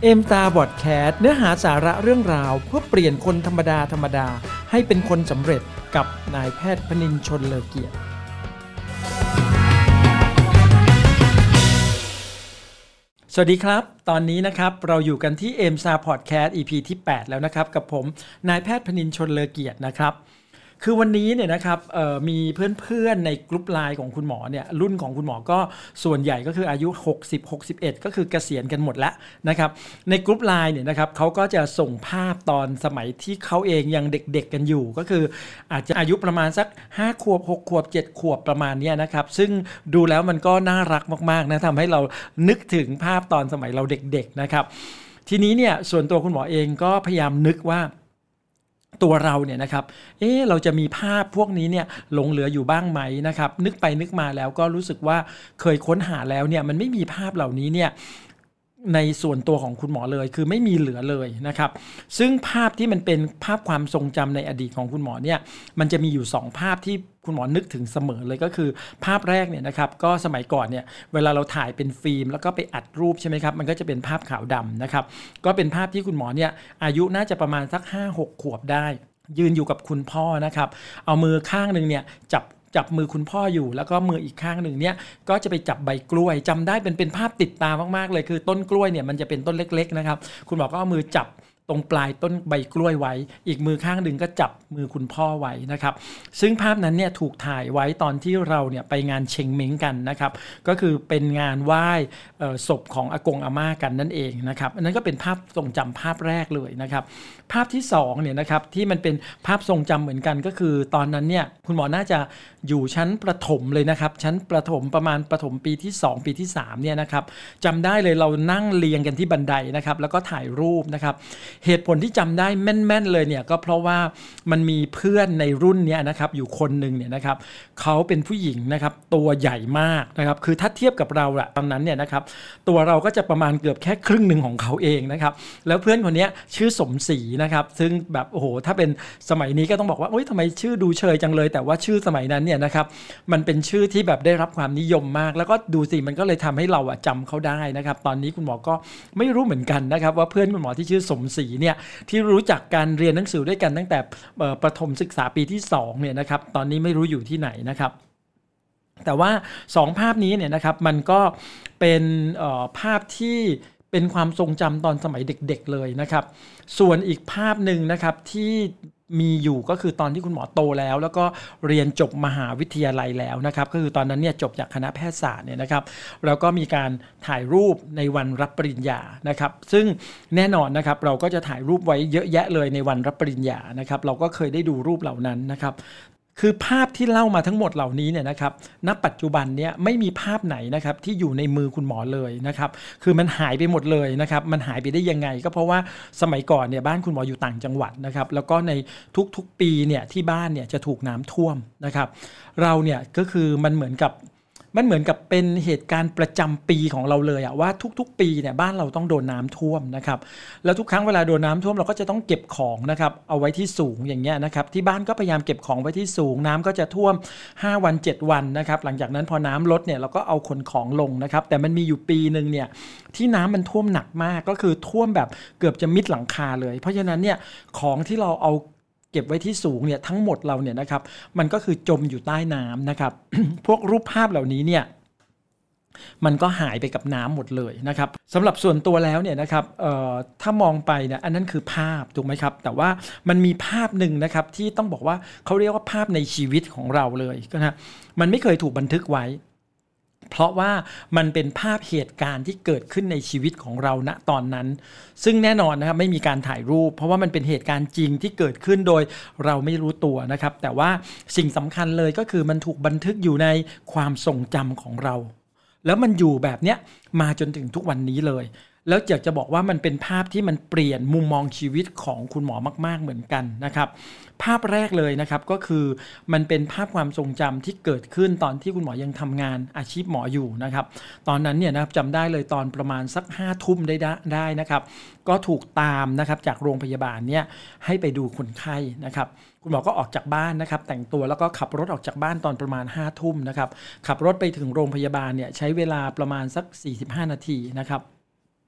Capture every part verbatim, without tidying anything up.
เอมตาบอดแคสต์เนื้อหาสาระเรื่องราวเพื่อเปลี่ยนคนธรรมดาธรรมดาให้เป็นคนสำเร็จกับนายแพทย์พนินชลเลอเกียรติสวัสดีครับตอนนี้นะครับเราอยู่กันที่เอมซาพอดแคสต์ อี พี ที่แปดแล้วนะครับกับผมนายแพทย์พนินชลเลอเกียรตินะครับคือวันนี้เนี่ยนะครับมีเพื่อนๆในกลุ่มไลน์ของคุณหมอเนี่ยรุ่นของคุณหมอก็ส่วนใหญ่ก็คืออายุหกสิบ หกสิบเอ็ดก็คือเกษียณกันหมดแล้วนะครับในกลุ่มไลน์เนี่ยนะครับเขาก็จะส่งภาพตอนสมัยที่เขาเองยังเด็กๆกันอยู่ก็คืออาจจะอายุประมาณสักห้าขวบหกขวบเจ็ดขวบประมาณนี้นะครับซึ่งดูแล้วมันก็น่ารักมากๆนะทำให้เรานึกถึงภาพตอนสมัยเราเด็กๆนะครับทีนี้เนี่ยส่วนตัวคุณหมอเองก็พยายามนึกว่าตัวเราเนี่ยนะครับเอ๊ะเราจะมีภาพพวกนี้เนี่ยหลงเหลืออยู่บ้างไหมนะครับนึกไปนึกมาแล้วก็รู้สึกว่าเคยค้นหาแล้วเนี่ยมันไม่มีภาพเหล่านี้เนี่ยในส่วนตัวของคุณหมอเลยคือไม่มีเหลือเลยนะครับซึ่งภาพที่มันเป็นภาพความทรงจำในอดีตของคุณหมอเนี่ยมันจะมีอยู่สองภาพที่คุณหมอนึกถึงเสมอเลยก็คือภาพแรกเนี่ยนะครับก็สมัยก่อนเนี่ยเวลาเราถ่ายเป็นฟิล์มแล้วก็ไปอัดรูปใช่ไหมครับมันก็จะเป็นภาพขาวดำนะครับก็เป็นภาพที่คุณหมอเนี่ยอายุน่าจะประมาณสัก ห้าหก ขวบได้ยืนอยู่กับคุณพ่อนะครับเอามือข้างนึงเนี่ยจับจับมือคุณพ่ออยู่แล้วก็มืออีกข้างหนึ่งเนี่ยก็จะไปจับใบกล้วยจำได้เป็นเป็นภาพติดตามากๆเลยคือต้นกล้วยเนี่ยมันจะเป็นต้นเล็กๆนะครับคุณหมอก็เอามือจับตรงปลายต้นใบกล้วยไว้อีกมือข้างหนึ่งก็จับมือคุณพ่อไว้นะครับซึ่งภาพนั้นเนี่ยถูกถ่ายไว้ตอนที่เราเนี่ยไปงานเชงเม้งกันนะครับก็คือเป็นงานไหว้ศพของอากงอาม่ากันนั่นเองนะครับอันนั้นก็เป็นภาพทรงจำภาพแรกเลยนะครับภาพที่สองเนี่ยนะครับที่มันเป็นภาพทรงจำเหมือนกันก็คือตอนนั้นเนี่ยคุณหมอน่าจะอยู่ชั้นประถมเลยนะครับชั้นประถมประมาณประถมปีที่สองปีที่สามเนี่ยนะครับจำได้เลยเรานั่งเรียงกันที่บันไดนะครับแล้วก็ถ่ายรูปนะครับเหตุผลที่จำได้แม่นๆเลยเนี่ยก็เพราะว่ามันมีเพื่อนในรุ่นนี้นะครับอยู่คนหนึ่งเนี่ยนะครับเขาเป็นผู้หญิงนะครับตัวใหญ่มากนะครับคือถ้าเทียบกับเราอะตอนนั้นเนี่ยนะครับตัวเราก็จะประมาณเกือบแค่ครึ่งหนึ่งของเขาเองนะครับแล้วเพื่อนคนนี้ชื่อสมศรีนะครับซึ่งแบบโอ้โหถ้าเป็นสมัยนี้ก็ต้องบอกว่าโอ๊ยทำไมชื่อดูเชยจังเลยแต่ว่าชื่อสมัยนั้นเนี่ยนะครับมันเป็นชื่อที่แบบได้รับความนิยมมากแล้วก็ดูสิมันก็เลยทำให้เราอะจำเขาได้นะครับตอนนี้คุณหมอก็ไม่รู้เหมือนกันนะครับว่าเพื่อนคุณหมอที่ชื่อสมศรีเนี่ยที่รู้จักการเรียนหนังสือด้วยกันตั้งแต่ประถมศึกษาปีที่สองเนี่ยนะครับตอนนี้ไม่รู้อยู่ที่ไหนนะครับแต่ว่าสองภาพนี้เนี่ยนะครับมันก็เป็นภาพที่เป็นความทรงจำตอนสมัยเด็กๆเลยนะครับส่วนอีกภาพหนึ่งนะครับที่มีอยู่ก็คือตอนที่คุณหมอโตแล้วแล้วก็เรียนจบมหาวิทยาลัยแล้วนะครับก็คือตอนนั้นเนี่ยจบจากคณะแพทยศาสตร์เนี่ยนะครับแล้วก็มีการถ่ายรูปในวันรับปริญญานะครับซึ่งแน่นอนนะครับเราก็จะถ่ายรูปไว้เยอะแยะเลยในวันรับปริญญานะครับเราก็เคยได้ดูรูปเหล่านั้นนะครับคือภาพที่เล่ามาทั้งหมดเหล่านี้เนี่ยนะครับณปัจจุบันเนี่ยไม่มีภาพไหนนะครับที่อยู่ในมือคุณหมอเลยนะครับคือมันหายไปหมดเลยนะครับมันหายไปได้ยังไงก็เพราะว่าสมัยก่อนเนี่ยบ้านคุณหมออยู่ต่างจังหวัดนะครับแล้วก็ในทุกๆปีเนี่ยที่บ้านเนี่ยจะถูกน้ำท่วมนะครับเราเนี่ยก็คือมันเหมือนกับมันเหมือนกับเป็นเหตุการณ์ประจำปีของเราเลยอะว่าทุกๆปีเนี่ยบ้านเราต้องโดนน้ำท่วมนะครับแล้วทุกครั้งเวลาโดนน้ำท่วมเราก็จะต้องเก็บของนะครับเอาไว้ที่สูงอย่างเงี้ยนะครับที่บ้านก็พยายามเก็บของไว้ที่สูงน้ำก็จะท่วมห้าวันเจ็ดวันนะครับหลังจากนั้นพอน้ำลดเนี่ยเราก็เอาขนของลงนะครับแต่มันมีอยู่ปีนึงเนี่ยที่น้ำมันท่วมหนักมากก็คือท่วมแบบเกือบจะมิดหลังคาเลยเพราะฉะนั้นเนี่ยของที่เราเอาเก็บไว้ที่สูงเนี่ยทั้งหมดเราเนี่ยนะครับมันก็คือจมอยู่ใต้น้ำนะครับ พวกรูปภาพเหล่านี้เนี่ยมันก็หายไปกับน้ำหมดเลยนะครับสำหรับส่วนตัวแล้วเนี่ยนะครับถ้ามองไปเนี่ยอันนั้นคือภาพถูกไหมครับแต่ว่ามันมีภาพหนึ่งนะครับที่ต้องบอกว่าเขาเรียกว่าภาพในชีวิตของเราเลยนะมันไม่เคยถูกบันทึกไว้เพราะว่ามันเป็นภาพเหตุการณ์ที่เกิดขึ้นในชีวิตของเราณตอนนั้นซึ่งแน่นอนนะครับไม่มีการถ่ายรูปเพราะว่ามันเป็นเหตุการณ์จริงที่เกิดขึ้นโดยเราไม่รู้ตัวนะครับแต่ว่าสิ่งสำคัญเลยก็คือมันถูกบันทึกอยู่ในความทรงจำของเราแล้วมันอยู่แบบเนี้ยมาจนถึงทุกวันนี้เลยแล้วอยากจะบอกว่ามันเป็นภาพที่มันเปลี่ยนมุมมองชีวิตของคุณหมอมากๆเหมือนกันนะครับภาพแรกเลยนะครับก็คือมันเป็นภาพความทรงจำที่เกิดขึ้นตอนที่คุณหมอยังทำงานอาชีพหมออยู่นะครับตอนนั้นเนี่ยนะครับจำได้เลยตอนประมาณสักห้าทุ่มได้ได้นะครับก็ถูกตามนะครับจากโรงพยาบาลเนี่ยให้ไปดูคนไข้นะครับคุณหมอก็ออกจากบ้านนะครับแต่งตัวแล้วก็ขับรถออกจากบ้านตอนประมาณห้าทุ่มนะครับขับรถไปถึงโรงพยาบาลเนี่ยใช้เวลาประมาณสักสี่สิบห้านาทีนะครับ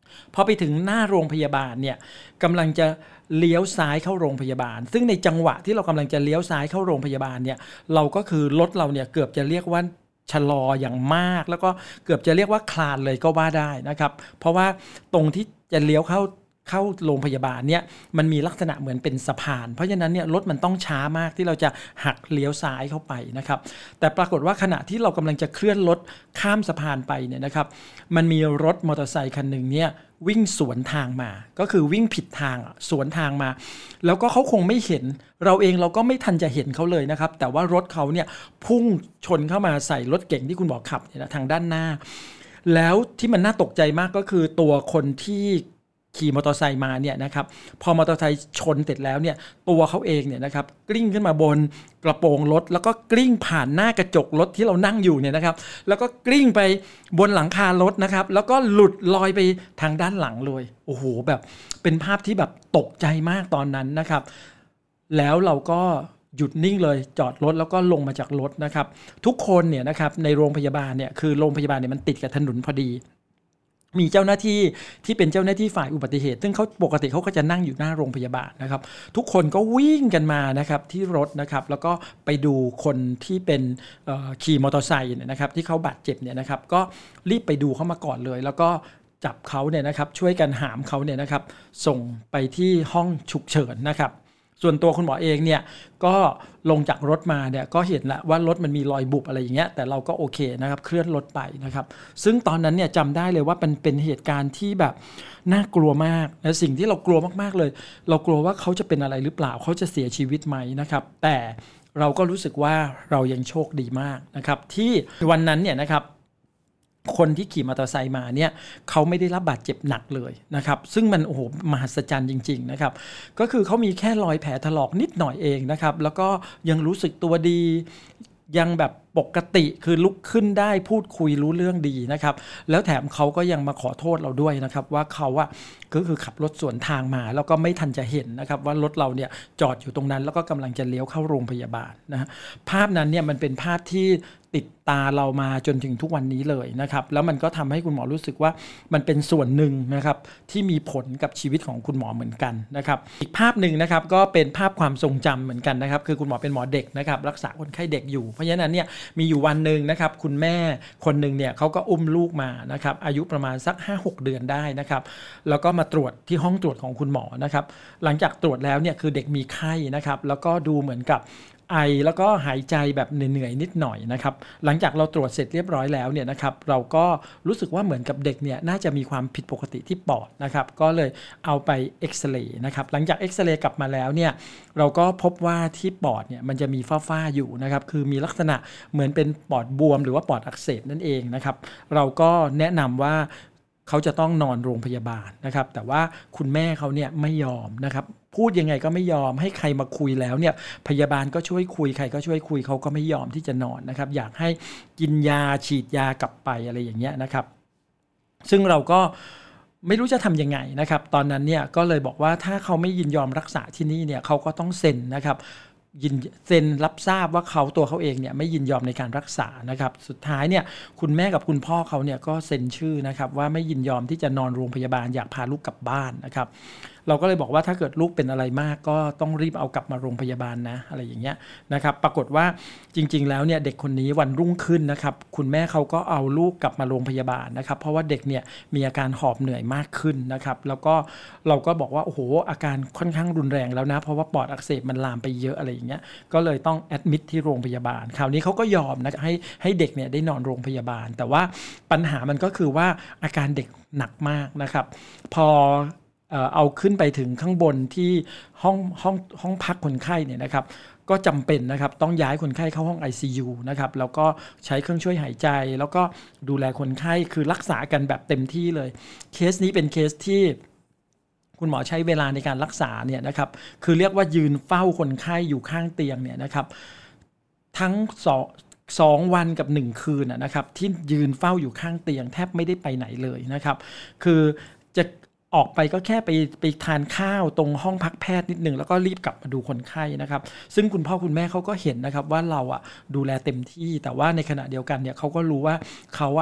พอไปถึงหน้าโรงพยาบาลเนี่ยกำลังจะเลี้ยวซ้ายเข้าโรงพยาบาลซึ่งในจังหวะที่เรากำลังจะเลี้ยวซ้ายเข้าโรงพยาบาลเนี่ยเราก็คือรถเราเนี่ยเกือบจะเรียกว่าชะลออย่างมากแล้วก็เกือบจะเรียกว่าคลานเลยก็ว่าได้นะครับเพราะว่าตรงที่จะเลี้ยวเข้าเข้าโรงพยาบาลเนี่ยมันมีลักษณะเหมือนเป็นสะพานเพราะฉะนั้นเนี่ยรถมันต้องช้ามากที่เราจะหักเลี้ยวซ้ายเข้าไปนะครับแต่ปรากฏว่าขณะที่เรากำลังจะเคลื่อนรถข้ามสะพานไปเนี่ยนะครับมันมีรถมอเตอร์ไซค์คันหนึ่งเนี่ยวิ่งสวนทางมาก็คือวิ่งผิดทางสวนทางมาแล้วก็เขาคงไม่เห็นเราเองเราก็ไม่ทันจะเห็นเขาเลยนะครับแต่ว่ารถเขาเนี่ยพุ่งชนเข้ามาใส่รถเก๋งที่คุณหมอขับเนี่ยทางด้านหน้าแล้วที่มันน่าตกใจมากก็คือตัวคนที่ขี่มอเตอร์ไซค์มาเนี่ยนะครับพอมอเตอร์ไซค์ชนเสร็จแล้วเนี่ยตัวเขาเองเนี่ยนะครับกลิ้งขึ้นมาบนกระโปรงรถแล้วก็กลิ้งผ่านหน้ากระจกรถที่เรานั่งอยู่เนี่ยนะครับแล้วก็กลิ้งไปบนหลังคารถนะครับแล้วก็หลุดลอยไปทางด้านหลังเลยโอ้โหแบบเป็นภาพที่แบบตกใจมากตอนนั้นนะครับแล้วเราก็หยุดนิ่งเลยจอดรถแล้วก็ลงมาจากรถนะครับทุกคนเนี่ยนะครับในโรงพยาบาลเนี่ยคือโรงพยาบาลเนี่ยมันติดกับถนนพอดีมีเจ้าหน้าที่ที่เป็นเจ้าหน้าที่ฝ่ายอุบัติเหตุซึ่งเขาปกติเขาก็จะนั่งอยู่หน้าโรงพยาบาลนะครับทุกคนก็วิ่งกันมานะครับที่รถนะครับแล้วก็ไปดูคนที่เป็นขี่มอเตอร์ไซค์เนี่ยนะครับที่เขาบาดเจ็บเนี่ยนะครับก็รีบไปดูเข้ามาก่อนเลยแล้วก็จับเขาเนี่ยนะครับช่วยกันหามเขาเนี่ยนะครับส่งไปที่ห้องฉุกเฉินนะครับส่วนตัวคุณหมอเองเนี่ยก็ลงจากรถมาเนี่ยก็เห็นแล้วว่ารถมันมีรอยบุบอะไรอย่างเงี้ยแต่เราก็โอเคนะครับเคลื่อนรถไปนะครับซึ่งตอนนั้นเนี่ยจำได้เลยว่าเป็นเป็นเหตุการณ์ที่แบบน่ากลัวมากและสิ่งที่เรากลัวมากๆเลยเรากลัวว่าเขาจะเป็นอะไรหรือเปล่าเขาจะเสียชีวิตไหมนะครับแต่เราก็รู้สึกว่าเรายังโชคดีมากนะครับที่วันนั้นเนี่ยนะครับคนที่ขี่มอเตอร์ไซค์มาเนี่ยเขาไม่ได้รับบาดเจ็บหนักเลยนะครับซึ่งมันโอ้โหมหัศจรรย์จริงๆนะครับก็คือเขามีแค่รอยแผลถลอกนิดหน่อยเองนะครับแล้วก็ยังรู้สึกตัวดียังแบบปกติคือลุกขึ้นได้พูดคุยรู้เรื่องดีนะครับแล้วแถมเขาก็ยังมาขอโทษเราด้วยนะครับว่าเขาอะก็คือขับรถสวนทางมาแล้วก็ไม่ทันจะเห็นนะครับว่ารถเราเนี่ยจอดอยู่ตรงนั้นแล้วก็กำลังจะเลี้ยวเข้าโรงพยาบาลนะภาพนั้นเนี่ยมันเป็นภาพที่ติดตาเรามาจนถึงทุกวันนี้เลยนะครับแล้วมันก็ทำให้คุณหมอรู้สึกว่ามันเป็นส่วนหนึ่งนะครับที่มีผลกับชีวิตของคุณหมอเหมือนกันนะครับอีกภาพหนึ่งนะครับก็เป็นภาพความทรงจำเหมือนกันนะครับคือคุณหมอเป็นหมอเด็กนะครับรักษาคนไข้เด็กอยู่เพราะฉะนั้นเนี่ยมีอยู่วันหนึ่งนะครับคุณแม่คนหนึ่งเนี่ยเขาก็อุ้มลูกมานะครับอายุประมาณสัก ห้าหก เดือนได้นะครับแล้วก็มาตรวจที่ห้องตรวจของคุณหมอนะครับหลังจากตรวจแล้วเนี่ยคือเด็กมีไข้นะครับแล้วก็ดูเหมือนกับไอแล้วก็หายใจแบบเหนื่อยๆนิดหน่อยนะครับหลังจากเราตรวจเสร็จเรียบร้อยแล้วเนี่ยนะครับเราก็รู้สึกว่าเหมือนกับเด็กเนี่ยน่าจะมีความผิดปกติที่ปอดนะครับก็เลยเอาไปเอ็กซเรย์นะครับหลังจากเอ็กซเรย์กลับมาแล้วเนี่ยเราก็พบว่าที่ปอดเนี่ยมันจะมีฝ้าๆอยู่นะครับคือมีลักษณะเหมือนเป็นปอดบวมหรือว่าปอดอักเสบนั่นเองนะครับเราก็แนะนำว่าเขาจะต้องนอนโรงพยาบาลนะครับแต่ว่าคุณแม่เขาเนี่ยไม่ยอมนะครับพูดยังไงก็ไม่ยอมให้ใครมาคุยแล้วเนี่ยพยาบาลก็ช่วยคุยใครก็ช่วยคุยเขาก็ไม่ยอมที่จะนอนนะครับอยากให้กินยาฉีดยากลับไปอะไรอย่างเงี้ยนะครับซึ่งเราก็ไม่รู้จะทำยังไงนะครับตอนนั้นเนี่ยก็เลยบอกว่าถ้าเขาไม่ยินยอมรักษาที่นี่เนี่ยเขาก็ต้องเซ็นนะครับยินเซ็นรับทราบว่าเขาตัวเขาเองเนี่ยไม่ยินยอมในการรักษานะครับสุดท้ายเนี่ยคุณแม่กับคุณพ่อเขาเนี่ยก็เซ็นชื่อนะครับว่าไม่ยินยอมที่จะนอนโรงพยาบาลอยากพาลูกกลับบ้านนะครับเราก็เลยบอกว่าถ้าเกิดลูกเป็นอะไรมากก็ต้องรีบเอากลับมาโรงพยาบาลนะอะไรอย่างเงี้ยนะครับปรากฏว่าจริงๆแล้วเนี่ยเด็กคนนี้วันรุ่งขึ้นนะครับคุณแม่เขาก็เอาลูกกลับมาโรงพยาบาลนะครับเพราะว่าเด็กเนี่ยมีอาการหอบเหนื่อยมากขึ้นนะครับแล้วก็เราก็บอกว่าโอ้โหอาการค่อนข้างรุนแรงแล้วนะเพราะว่าปอดอักเสบมันลามไปเยอะอะไรอย่างเงี้ยก็เลยต้องแอดมิทที่โรงพยาบาลคราวนี้เขาก็ยอมนะให้ให้เด็กเนี่ยได้นอนโรงพยาบาลแต่ว่าปัญหามันก็คือว่าอาการเด็กหนักมากนะครับพอเอาขึ้นไปถึงข้างบนที่ห้องห้องห้องพักคนไข้เนี่ยนะครับก็จำเป็นนะครับต้องย้ายคนไข้เข้าห้อง ไอ ซี ยู นะครับแล้วก็ใช้เครื่องช่วยหายใจแล้วก็ดูแลคนไข้คือรักษากันแบบเต็มที่เลยเคสนี้เป็นเคสที่คุณหมอใช้เวลาในการรักษาเนี่ยนะครับคือเรียกว่ายืนเฝ้าคนไข้อยู่ข้างเตียงเนี่ยนะครับทั้งสองสองวันกับหนึ่งคืนนะครับที่ยืนเฝ้าอยู่ข้างเตียงแทบไม่ได้ไปไหนเลยนะครับคือจะออกไปก็แค่ไปไปทานข้าวตรงห้องพักแพทย์นิดนึงแล้วก็รีบกลับมาดูคนไข้นะครับซึ่งคุณพ่อคุณแม่เขาก็เห็นนะครับว่าเราอ่ะดูแลเต็มที่แต่ว่าในขณะเดียวกันเนี่ยเขาก็รู้ว่าเขาอ่ะ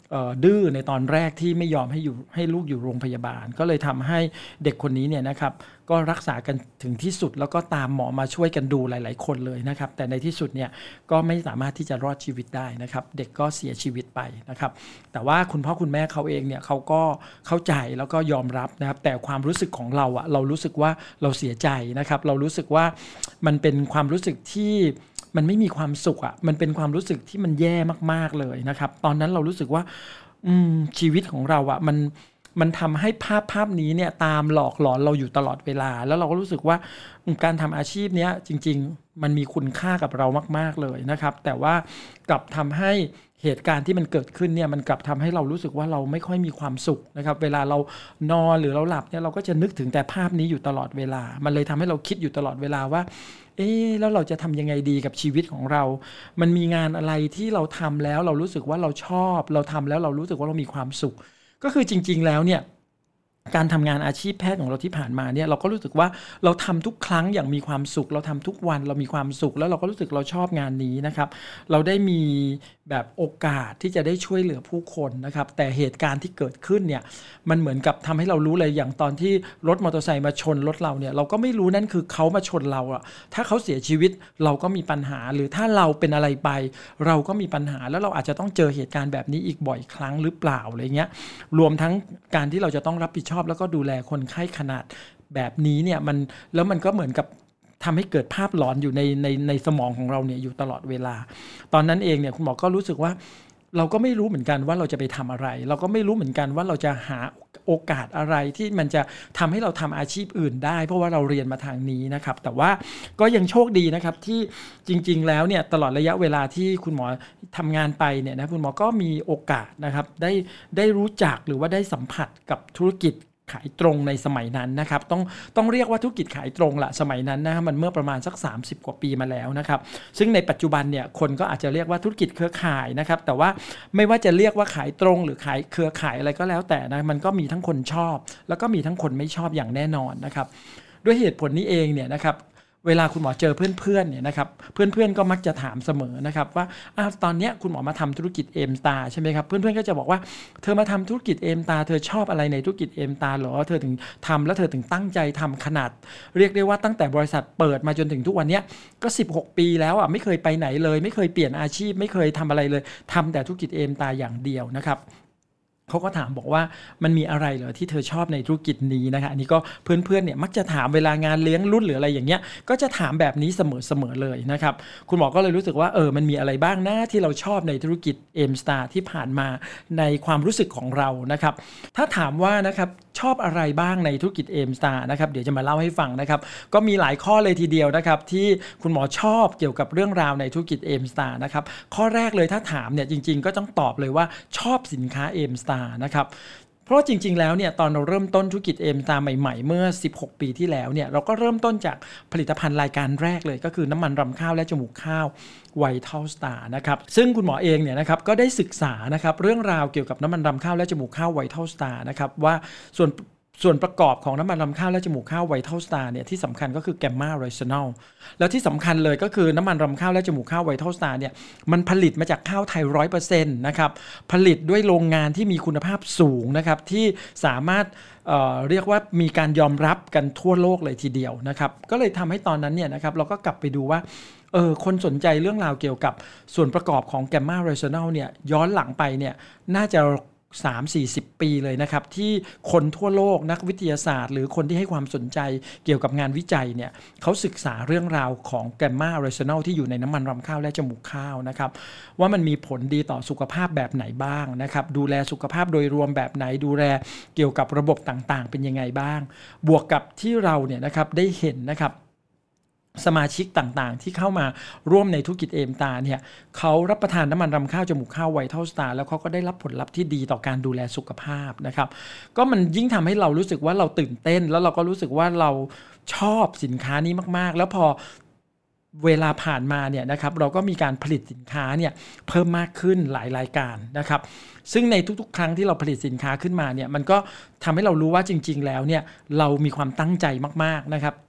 เอ่อดื้อในตอนแรกที่ไม่ยอมให้อยู่ให้ลูกอยู่โรงพยาบาลก็เลยทำให้เด็กคนนี้เนี่ยนะครับก็รักษากันถึงที่สุดแล้วก็ตามหมอมาช่วยกันดูหลายๆคนเลยนะครับแต่ในที่สุดเนี่ยก็ไม่สามารถที่จะรอดชีวิตได้นะครับเด็กก็เสียชีวิตไปนะครับแต่ว่าคุณพ่อคุณแม่เขาเองเนี่ยเขาก็เข้าใจแล้วก็ยอมรับนะครับแต่ความรู้สึกของเราอะเรารู้สึกว่าเราเสียใจนะครับเรารู้สึกว่ามันเป็นความรู้สึกที่มันไม่มีความสุขอะมันเป็นความรู้สึกที่มันแย่มากๆเลยนะครับตอนนั้นเรารู้สึกว่าอืมชีวิตของเราอะมันมันทำให้ภาพภาพนี้เนี่ยตามหลอกหลอนเราอยู่ตลอดเวลาแล้วเราก็รู้สึกว่าการทำอาชีพเนี้ยจริงๆมันมีคุณค่ากับเรามากๆเลยนะครับแต่ว่ากลับทำให้เหตุการณ์ที่มันเกิดขึ้นเนี่ยมันกลับทำให้เรารู้สึกว่าเราไม่ค่อยมีความสุขนะครับเวลาเรานอนหรือเราหลับเนี่ยเราก็จะนึกถึงแต่ภาพนี้อยู่ตลอดเวลามันเลยทำให้เราคิดอยู่ตลอดเวลาว่าเอ๊ะแล้วเราจะทำยังไงดีกับชีวิตของเรามันมีงานอะไรที่เราทำแล้วเรารู้สึกว่าเราชอบเราทำแล้วเรารู้สึกว่าเรามีความสุขก็คือจริงๆแล้วเนี่ยการทำงานอาชีพแพทย์ของเราที่ผ่านมาเนี่ยเราก็รู้สึกว่าเราทำทุกครั้งอย่างมีความสุขเราทำทุกวันเรามีความสุขแล้วเราก็รู้สึกเราชอบงานนี้นะครับเราได้มีแบบโอกาสที่จะได้ช่วยเหลือผู้คนนะครับแต่เหตุการณ์ที่เกิดขึ้นเนี่ยมันเหมือนกับทำให้เรารู้เลยอย่างตอนที่รถมอเตอร์ไซค์มาชนรถเราเนี่ยเราก็ไม่รู้นั่นคือเขามาชนเราอะถ้าเขาเสียชีวิตเราก็มีปัญหาหรือถ้าเราเป็นอะไรไปเราก็มีปัญหาแล้วเราอาจจะต้องเจอเหตุการณ์แบบนี้อีกบ่อยครั้งหรือเปล่าอะไรเงี้ยรวมทั้งการที่เราจะต้องรับผิดชอบแล้วก็ดูแลคนไข้ขนาดแบบนี้เนี่ยมันแล้วมันก็เหมือนกับทำให้เกิดภาพหลอนอยู่ในในในสมองของเราเนี่ยอยู่ตลอดเวลาตอนนั้นเองเนี่ยคุณหมอก็รู้สึกว่าเราก็ไม่รู้เหมือนกันว่าเราจะไปทำอะไรเราก็ไม่รู้เหมือนกันว่าเราจะหาโอกาสอะไรที่มันจะทำให้เราทำอาชีพอื่นได้เพราะว่าเราเรียนมาทางนี้นะครับแต่ว่าก็ยังโชคดีนะครับที่จริงๆแล้วเนี่ยตลอดระยะเวลาที่คุณหมอทำงานไปเนี่ยนะคุณหมอก็มีโอกาสนะครับได้ได้รู้จักหรือว่าได้สัมผัสกับธุรกิจขายตรงในสมัยนั้นนะครับต้องต้องเรียกว่าธุรกิจขายตรงละสมัยนั้นนะมันเมื่อประมาณสักสามสิบกว่าปีมาแล้วนะครับซึ่งในปัจจุบันเนี่ยคนก็อาจจะเรียกว่าธุรกิจเครือข่ายนะครับแต่ว่าไม่ว่าจะเรียกว่าขายตรงหรือขายเครือข่ายอะไรก็แล้วแต่นะมันก็มีทั้งคนชอบแล้วก็มีทั้งคนไม่ชอบอย่างแน่นอนนะครับด้วยเหตุผลนี้เองเนี่ยนะครับเวลาคุณหมอเจอเพื่อนๆเนี่ยนะครับเพื่อนๆก็มักจะถามเสมอนะครับว่าอ้าวตอนนี้คุณหมอมาทำธุรกิจเอมสตาร์ใช่ไหมครับเพื่อนๆก็จะบอกว่าเธอมาทำธุรกิจเอมสตาร์เธอชอบอะไรในธุรกิจเอมสตาร์หรอเธอถึงทำแล้วเธอถึงตั้งใจทำขนาดเรียกได้ว่าตั้งแต่บริษัทเปิดมาจนถึงทุกวันนี้ก็สิบหกปีแล้วอ่ะไม่เคยไปไหนเลยไม่เคยเปลี่ยนอาชีพไม่เคยทำอะไรเลยทำแต่ธุรกิจเอมสตาร์อย่างเดียวนะครับเขาก็ถามบอกว่ามันมีอะไรเหรอที่เธอชอบในธุรกิจนี้นะคะอันนี้ก็เพื่อนๆเนี่ยมักจะถามเวลางานเลี้ยงรุ่นหรืออะไรอย่างเงี้ยก็จะถามแบบนี้เสมอๆเลยนะครับคุณหมอก็เลยรู้สึกว่าเออมันมีอะไรบ้างนะที่เราชอบในธุรกิจ เอม สตาร์ ที่ผ่านมาในความรู้สึกของเรานะครับถ้าถามว่านะครับชอบอะไรบ้างในธุรกิจ เอม สตาร์ นะครับเดี๋ยวจะมาเล่าให้ฟังนะครับก็มีหลายข้อเลยทีเดียวนะครับที่คุณหมอชอบเกี่ยวกับเรื่องราวในธุรกิจ เอม สตาร์ นะครับข้อแรกเลยถ้าถามเนี่ยจริงๆก็ต้องตอบเลยว่าชอบสินค้า เอม สตาร์นะครับเพราะจริงๆแล้วเนี่ยตอนเราเริ่มต้นธุรกิจเอมสตาร์ใหม่ๆเมื่อสิบหกปีที่แล้วเนี่ยเราก็เริ่มต้นจากผลิตภัณฑ์รายการแรกเลยก็คือน้ำมันรำข้าวและจมูกข้าว Vital Star นะครับซึ่งคุณหมอเองเนี่ยนะครับก็ได้ศึกษานะครับเรื่องราวเกี่ยวกับน้ำมันรำข้าวและจมูกข้าว Vital Star นะครับว่าส่วนส่วนประกอบของน้ำมันรำข้าวและจมูกข้าว Vital Star เนี่ยที่สำคัญก็คือ Gamma Resinol แล้วที่สำคัญเลยก็คือน้ำมันรำข้าวและจมูกข้าว Vital Star เนี่ยมันผลิตมาจากข้าวไทย ร้อยเปอร์เซ็นต์ นะครับผลิตด้วยโรงงานที่มีคุณภาพสูงนะครับที่สามารถ เอ่อ เรียกว่ามีการยอมรับกันทั่วโลกเลยทีเดียวนะครับก็เลยทำให้ตอนนั้นเนี่ยนะครับเราก็กลับไปดูว่าเออคนสนใจเรื่องราวเกี่ยวกับส่วนประกอบของ Gamma Resinol เนี่ยย้อนหลังไปเนี่ยน่าจะสามถึงสี่สิบ ปีเลยนะครับที่คนทั่วโลกนักวิทยาศาสตร์หรือคนที่ให้ความสนใจเกี่ยวกับงานวิจัยเนี่ยเขาศึกษาเรื่องราวของ Gamma Resinol ที่อยู่ในน้ำมันรำข้าวและจมูกข้าวนะครับว่ามันมีผลดีต่อสุขภาพแบบไหนบ้างนะครับดูแลสุขภาพโดยรวมแบบไหนดูแลเกี่ยวกับระบบต่างๆเป็นยังไงบ้างบวกกับที่เราเนี่ยนะครับได้เห็นนะครับสมาชิกต่างๆที่เข้ามาร่วมในธุรกิจเอมตาเนี่ยเขารับประทานน้ำมันรำข้าวจมูกข้าว Vital Star แล้วเขาก็ได้รับผลลัพธ์ที่ดีต่อการดูแลสุขภาพนะครับก็มันยิ่งทำให้เรารู้สึกว่าเราตื่นเต้นแล้วเราก็รู้สึกว่าเราชอบสินค้านี้มากๆแล้วพอเวลาผ่านมาเนี่ยนะครับเราก็มีการผลิตสินค้าเนี่ยเพิ่มมากขึ้นหลายรายการนะครับซึ่งในทุกๆครั้งที่เราผลิตสินค้าขึ้นมาเนี่ยมันก็ทำให้เรารู้ว่าจริงๆแล้วเนี่ยเรามีความตั้งใจมากๆนะครับ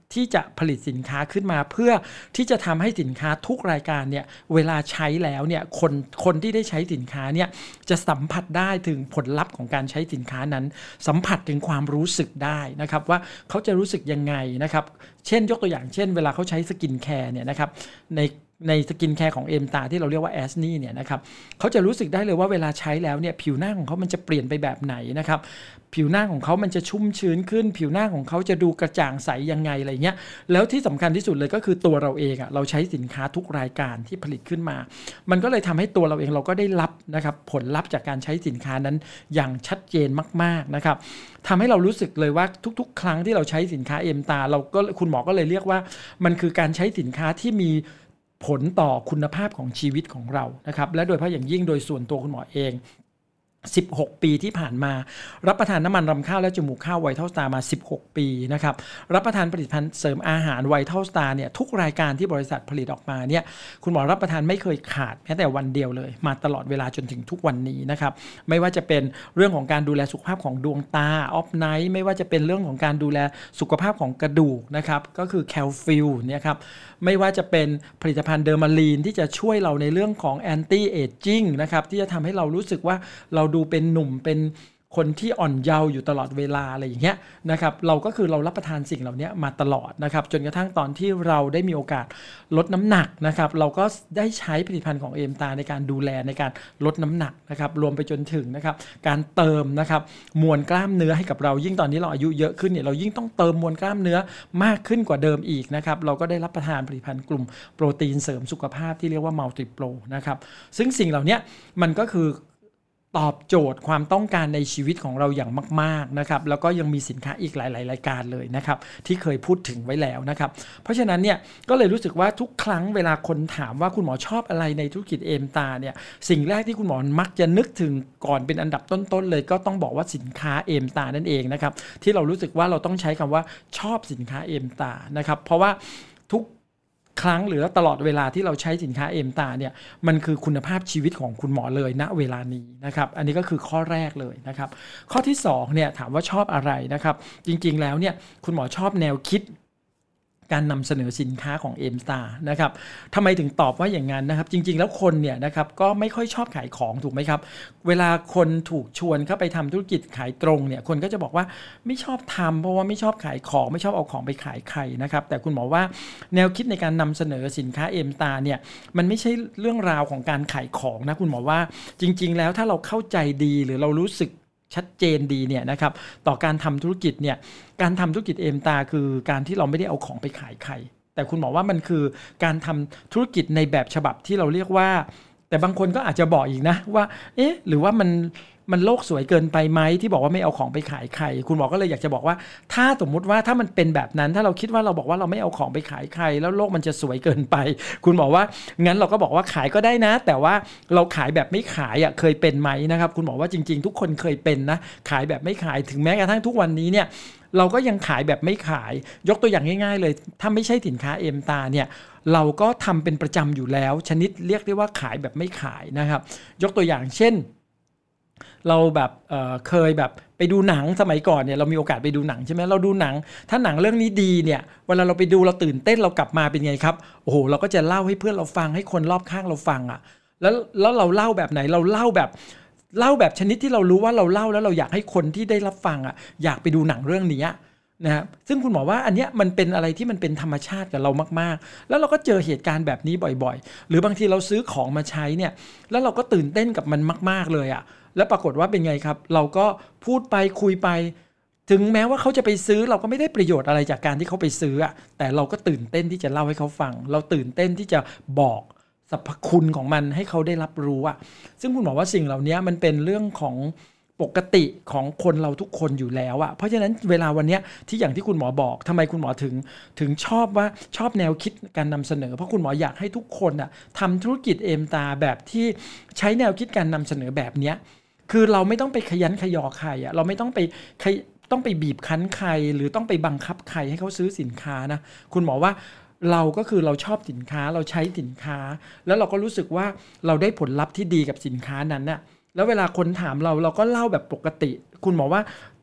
ที่จะผลิตสินค้าขึ้นมาเพื่อที่จะทำให้สินค้าทุกรายการเนี่ยเวลาใช้แล้วเนี่ยคนคนที่ได้ใช้สินค้าเนี่ยจะสัมผัสได้ถึงผลลัพธ์ของการใช้สินค้านั้นสัมผัสถึงความรู้สึกได้นะครับว่าเขาจะรู้สึกยังไงนะครับเช่นยกตัวอย่างเช่นเวลาเขาใช้สกินแคร์เนี่ยนะครับในในสกินแคร์ของเอมตาที่เราเรียกว่าแอสนี่เนี่ยนะครับเขาจะรู้สึกได้เลยว่าเวลาใช้แล้วเนี่ยผิวหน้าของเขามันจะเปลี่ยนไปแบบไหนนะครับผิวหน้าของเขามันจะชุ่มชื้นขึ้นผิวหน้าของเขาจะดูกระจ่างใสยังไงอะไรเงี้ยแล้วที่สำคัญที่สุดเลยก็คือตัวเราเองอ่ะเราใช้สินค้าทุกรายการที่ผลิตขึ้นมามันก็เลยทำให้ตัวเราเองเราก็ได้รับนะครับผลลัพธ์จากการใช้สินค้านั้นอย่างชัดเจนมากๆนะครับทำให้เรารู้สึกเลยว่าทุกๆครั้งที่เราใช้สินค้าเอมตาเราก็คุณหมอก็เลยเรียกว่ามันคือการใช้สินค้าที่มีผลต่อคุณภาพของชีวิตของเรานะครับและโดยเฉพาะอย่างยิ่งโดยส่วนตัวคุณหมอเองสิบหกปีที่ผ่านมารับประทานน้ำมันรำข้าวและจมูกข้าวไวท์เทิลสตาร์มาสิบหกปีนะครับรับประทานผลิตภัณฑ์เสริมอาหารไวท์เทิลสตาร์เนี่ยทุกรายการที่บริษัทผลิตออกมาเนี่ยคุณหมอรับประทานไม่เคยขาดแม้แต่วันเดียวเลยมาตลอดเวลาจนถึงทุกวันนี้นะครับไม่ว่าจะเป็นเรื่องของการดูแลสุขภาพของดวงตาออฟไนท์ไม่ว่าจะเป็นเรื่องของการดูแลสุขภาพของกระดูกนะครับก็คือแคลฟิลเนี่ยครับไม่ว่าจะเป็นผลิตภัณฑ์เดอร์มาลีนที่จะช่วยเราในเรื่องของแอนตี้เอจจิ้งนะครับที่จะทำให้เรารู้สึกว่าเราดูเป็นหนุ่มเป็นคนที่อ่อนเยาว์อยู่ตลอดเวลาอะไรอย่างเงี้ยนะครับเราก็คือเรารับประทานสิ่งเหล่านี้มาตลอดนะครับจนกระทั่งตอนที่เราได้มีโอกาสลดน้ำหนักนะครับเราก็ได้ใช้ผลิตภัณฑ์ของเอมตาในการดูแลในการลดน้ำหนักนะครับรวมไปจนถึงนะครับการเติมนะครับมวลกล้ามเนื้อให้กับเรายิ่งตอนนี้เราอายุเยอะขึ้นเนี่ยเรายิ่งต้องเติมมวลกล้ามเนื้อมากขึ้นกว่าเดิมอีกนะครับเราก็ได้รับประทานผลิตภัณฑ์กลุ่มโปรตีนเสริมสุขภาพที่เรียกว่ามัลติโปรนะครับซึ่งสิ่งเหล่านี้มันก็คือตอบโจทย์ความต้องการในชีวิตของเราอย่างมากๆนะครับแล้วก็ยังมีสินค้าอีกหลายๆรายการเลยนะครับที่เคยพูดถึงไว้แล้วนะครับเพราะฉะนั้นเนี่ยก็เลยรู้สึกว่าทุกครั้งเวลาคนถามว่าคุณหมอชอบอะไรในธุรกิจเอมตาเนี่ยสิ่งแรกที่คุณหมอมักจะนึกถึงก่อนเป็นอันดับต้นๆเลยก็ต้องบอกว่าสินค้าเอมตานั่นเองนะครับที่เรารู้สึกว่าเราต้องใช้คำว่าชอบสินค้าเอมตานะครับเพราะว่าทุกครั้งหรือตลอดเวลาที่เราใช้สินค้าเอมตาเนี่ยมันคือคุณภาพชีวิตของคุณหมอเลยณเวลานี้นะครับอันนี้ก็คือข้อแรกเลยนะครับข้อที่สองเนี่ยถามว่าชอบอะไรนะครับจริงๆแล้วเนี่ยคุณหมอชอบแนวคิดการนำเสนอสินค้าของ เอม สตาร์ นะครับทำไมถึงตอบว่าอย่างนั้นนะครับจริงๆแล้วคนเนี่ยนะครับก็ไม่ค่อยชอบขายของถูกไหมครับเวลาคนถูกชวนเข้าไปทำธุรกิจขายตรงเนี่ยคนก็จะบอกว่าไม่ชอบทำเพราะว่าไม่ชอบขายของไม่ชอบเอาของไปขายใครนะครับแต่คุณหมอว่าแนวคิดในการนำเสนอสินค้า เอม สตาร์ เนี่ยมันไม่ใช่เรื่องราวของการขายของนะคุณหมอว่าจริงๆแล้วถ้าเราเข้าใจดีหรือเรารู้สึกชัดเจนดีเนี่ยนะครับต่อการทำธุรกิจเนี่ยการทำธุรกิจเอมตาคือการที่เราไม่ได้เอาของไปขายใครแต่คุณหมอว่ามันคือการทำธุรกิจในแบบฉบับที่เราเรียกว่าแต่บางคนก็อาจจะบอกอีกนะว่าเอ๊ะหรือว่ามันมันโลกสวยเกินไปไหมที่บอกว่าไม่เอาของไปขายใครคุณหมอก็เลยอยากจะบอกว่าถ้าสมมุติว่าถ้ามันเป็นแบบนั้นถ้าเราคิดว่าเราบอกว่าเราไม่เอาของไปขายใครแล้วโลกมันจะสวยเกินไปคุณหมอว่างั้นเราก็บอกว่าขายก็ได้นะแต่ว่าเราขายแบบไม่ขายอ่ะเคยเป็นไหมนะครับคุณหมอว่าจริงๆทุกคนเคยเป็นนะขายแบบไม่ขายถึงแม้กระทั่งทุกวันนี้เนี่ยเราก็ยังขายแบบไม่ขายยกตัวอย่างง่ายๆเลยถ้าไม่ใช่สินค้าเอมตาเนี่ยเราก็ทำเป็นประจำอยู่แล้วชนิดเรียกได้ว่าขายแบบไม่ขายนะครับยกตัวอย่างเช่นเราแบบเอ่อเคยแบบไปดูหนังสมัยก่อนเนี่ยเรามีโอกาสไปดูหนังใช่ไหมเราดูหนังถ้าหนังเรื่องนี้ดีเนี่ยเวลาเราไปดูเราตื่นเต้นเรากลับมาเป็นไงครับโอ้โหเราก็จะเล่าให้เพื่อนเราฟังให้คนรอบข้างเราฟังอ่ะแล้วแล้วเราเล่าแบบไหนเราเล่าแบบเล่าแบบชนิดที่เรารู้ว่าเราเล่าแล้วเราอยากให้คนที่ได้รับฟังอ่ะอยากไปดูหนังเรื่องนี้นะครับซึ่งคุณหมอว่าอันเนี้ยมันเป็นอะไรที่มันเป็นธรรมชาติกับเรามากๆแล้วเราก็เจอเหตุการณ์แบบนี้บ่อยๆหรือบางทีเราซื้อของมาใช้เนี่ยแล้วเราก็ตื่นเต้นกับมันมากๆเลยอ่ะแล้วปรากฏว่าเป็นไงครับเราก็พูดไปคุยไปถึงแม้ว่าเขาจะไปซื้อเราก็ไม่ได้ประโยชน์อะไรจากการที่เขาไปซื้ออ่ะแต่เราก็ตื่นเต้นที่จะเล่าให้เขาฟังเราตื่นเต้นที่จะบอกสรรพคุณของมันให้เขาได้รับรู้อ่ะซึ่งคุณหมอว่าสิ่งเหล่านี้มันเป็นเรื่องของปกติของคนเราทุกคนอยู่แล้วอะเพราะฉะนั้นเวลาวันนี้ที่อย่างที่คุณหมอบอกทำไมคุณหมอถึงถึงชอบว่าชอบแนวคิดการนำเสนอเพราะคุณหมออยากให้ทุกคนอะทำธุรกิจเอมตาแบบที่ใช้แนวคิดการนำเสนอแบบนี้คือเราไม่ต้องไปขยันขยอใครอะเราไม่ต้องไปต้องไปบีบคั้นใครหรือต้องไปบังคับใครให้เขาซื้อสินค้านะคุณหมอว่าเราก็คือเราชอบสินค้าเราใช้สินค้าแล้วเราก็รู้สึกว่าเราได้ผลลัพธ์ที่ดีกับสินค้านั้นน่ะแล้วเวลาคนถามเราเราก็เล่าแบบปกติคุณหมอว่า